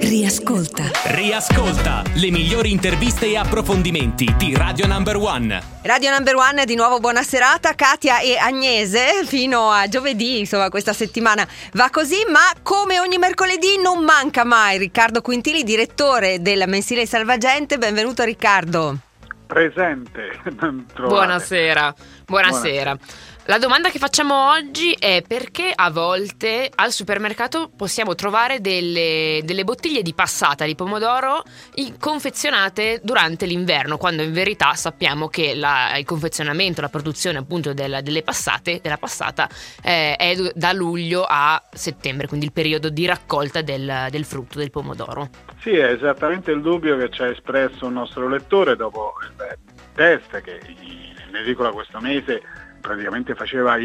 Riascolta le migliori interviste e approfondimenti di Radio Number One. Radio Number One, di nuovo buona serata. Katia e Agnese fino a giovedì, insomma questa settimana va così, ma come ogni mercoledì non manca mai Riccardo Quintili, direttore del mensile Il Salvagente. Benvenuto Riccardo. Presente. Buonasera. La domanda che facciamo oggi è: perché a volte al supermercato possiamo trovare delle bottiglie di passata di pomodoro confezionate durante l'inverno, quando in verità sappiamo che il confezionamento, la produzione appunto della passata è da luglio a settembre, quindi il periodo di raccolta del frutto, del pomodoro. Sì, è esattamente il dubbio che ci ha espresso il nostro lettore dopo il test che in edicola questo mese praticamente faceva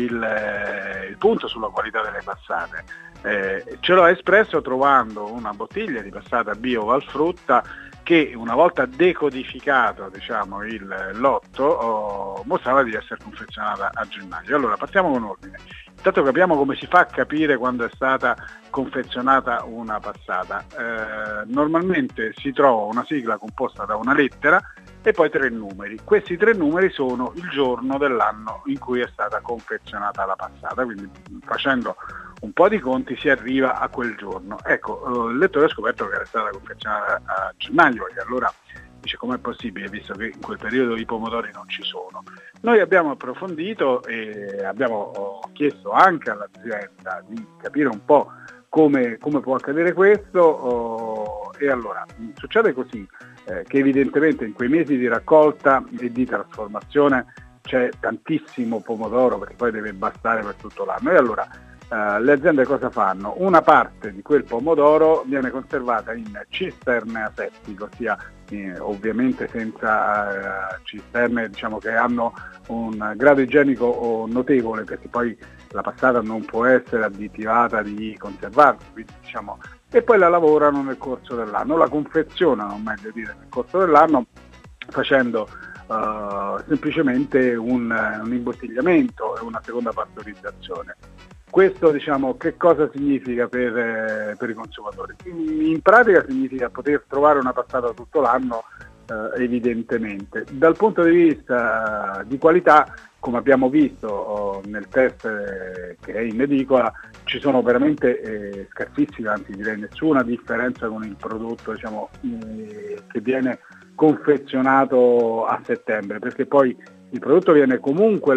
il punto sulla qualità delle passate. Ce l'ho espresso trovando una bottiglia di passata bio Valfrutta che, una volta decodificato il lotto, mostrava di essere confezionata a gennaio. Allora partiamo con ordine. Intanto capiamo come si fa a capire quando è stata confezionata una passata. Normalmente si trova una sigla composta da una lettera e poi 3 numeri. Questi 3 numeri sono il giorno dell'anno in cui è stata confezionata la passata, quindi facendo un po' di conti si arriva a quel giorno. Ecco, il lettore ha scoperto che era stata confezionata a gennaio, e allora dice: com'è possibile, visto che in quel periodo i pomodori non ci sono? Noi abbiamo approfondito e abbiamo chiesto anche all'azienda di capire un po' come può accadere questo, e allora succede così, che evidentemente in quei mesi di raccolta e di trasformazione c'è tantissimo pomodoro, perché poi deve bastare per tutto l'anno, e allora le aziende cosa fanno? Una parte di quel pomodoro viene conservata in cisterne asettiche, ossia ovviamente senza cisterne che hanno un grado igienico notevole, perché poi la passata non può essere additivata di conservanti, quindi e poi la lavorano nel corso dell'anno, la confezionano, meglio dire, nel corso dell'anno, facendo semplicemente un imbottigliamento e una seconda partorizzazione. Questo che cosa significa per i consumatori? In pratica significa poter trovare una passata tutto l'anno, evidentemente. Dal punto di vista di qualità, come abbiamo visto nel test che è in edicola, ci sono veramente scarsissime, anzi direi nessuna differenza con il prodotto che viene confezionato a settembre, perché poi il prodotto viene comunque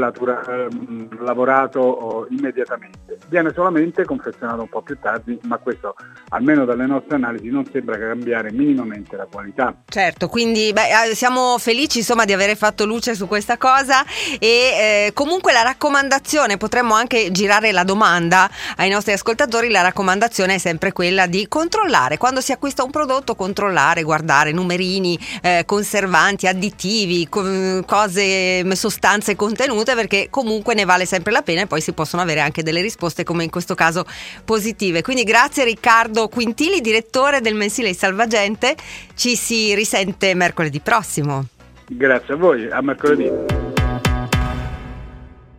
lavorato immediatamente, viene solamente confezionato un po' più tardi, ma questo, almeno dalle nostre analisi, non sembra cambiare minimamente la qualità. Certo, quindi siamo felici di avere fatto luce su questa cosa, e comunque la raccomandazione, potremmo anche girare la domanda ai nostri ascoltatori, la raccomandazione è sempre quella di controllare, quando si acquista un prodotto, controllare, guardare numerini, conservanti, additivi, sostanze contenute, perché comunque ne vale sempre la pena, e poi si possono avere anche delle risposte, come in questo caso, positive. Quindi grazie Riccardo Quintili, direttore del mensile Il Salvagente. Ci si risente mercoledì prossimo. Grazie a voi, a mercoledì.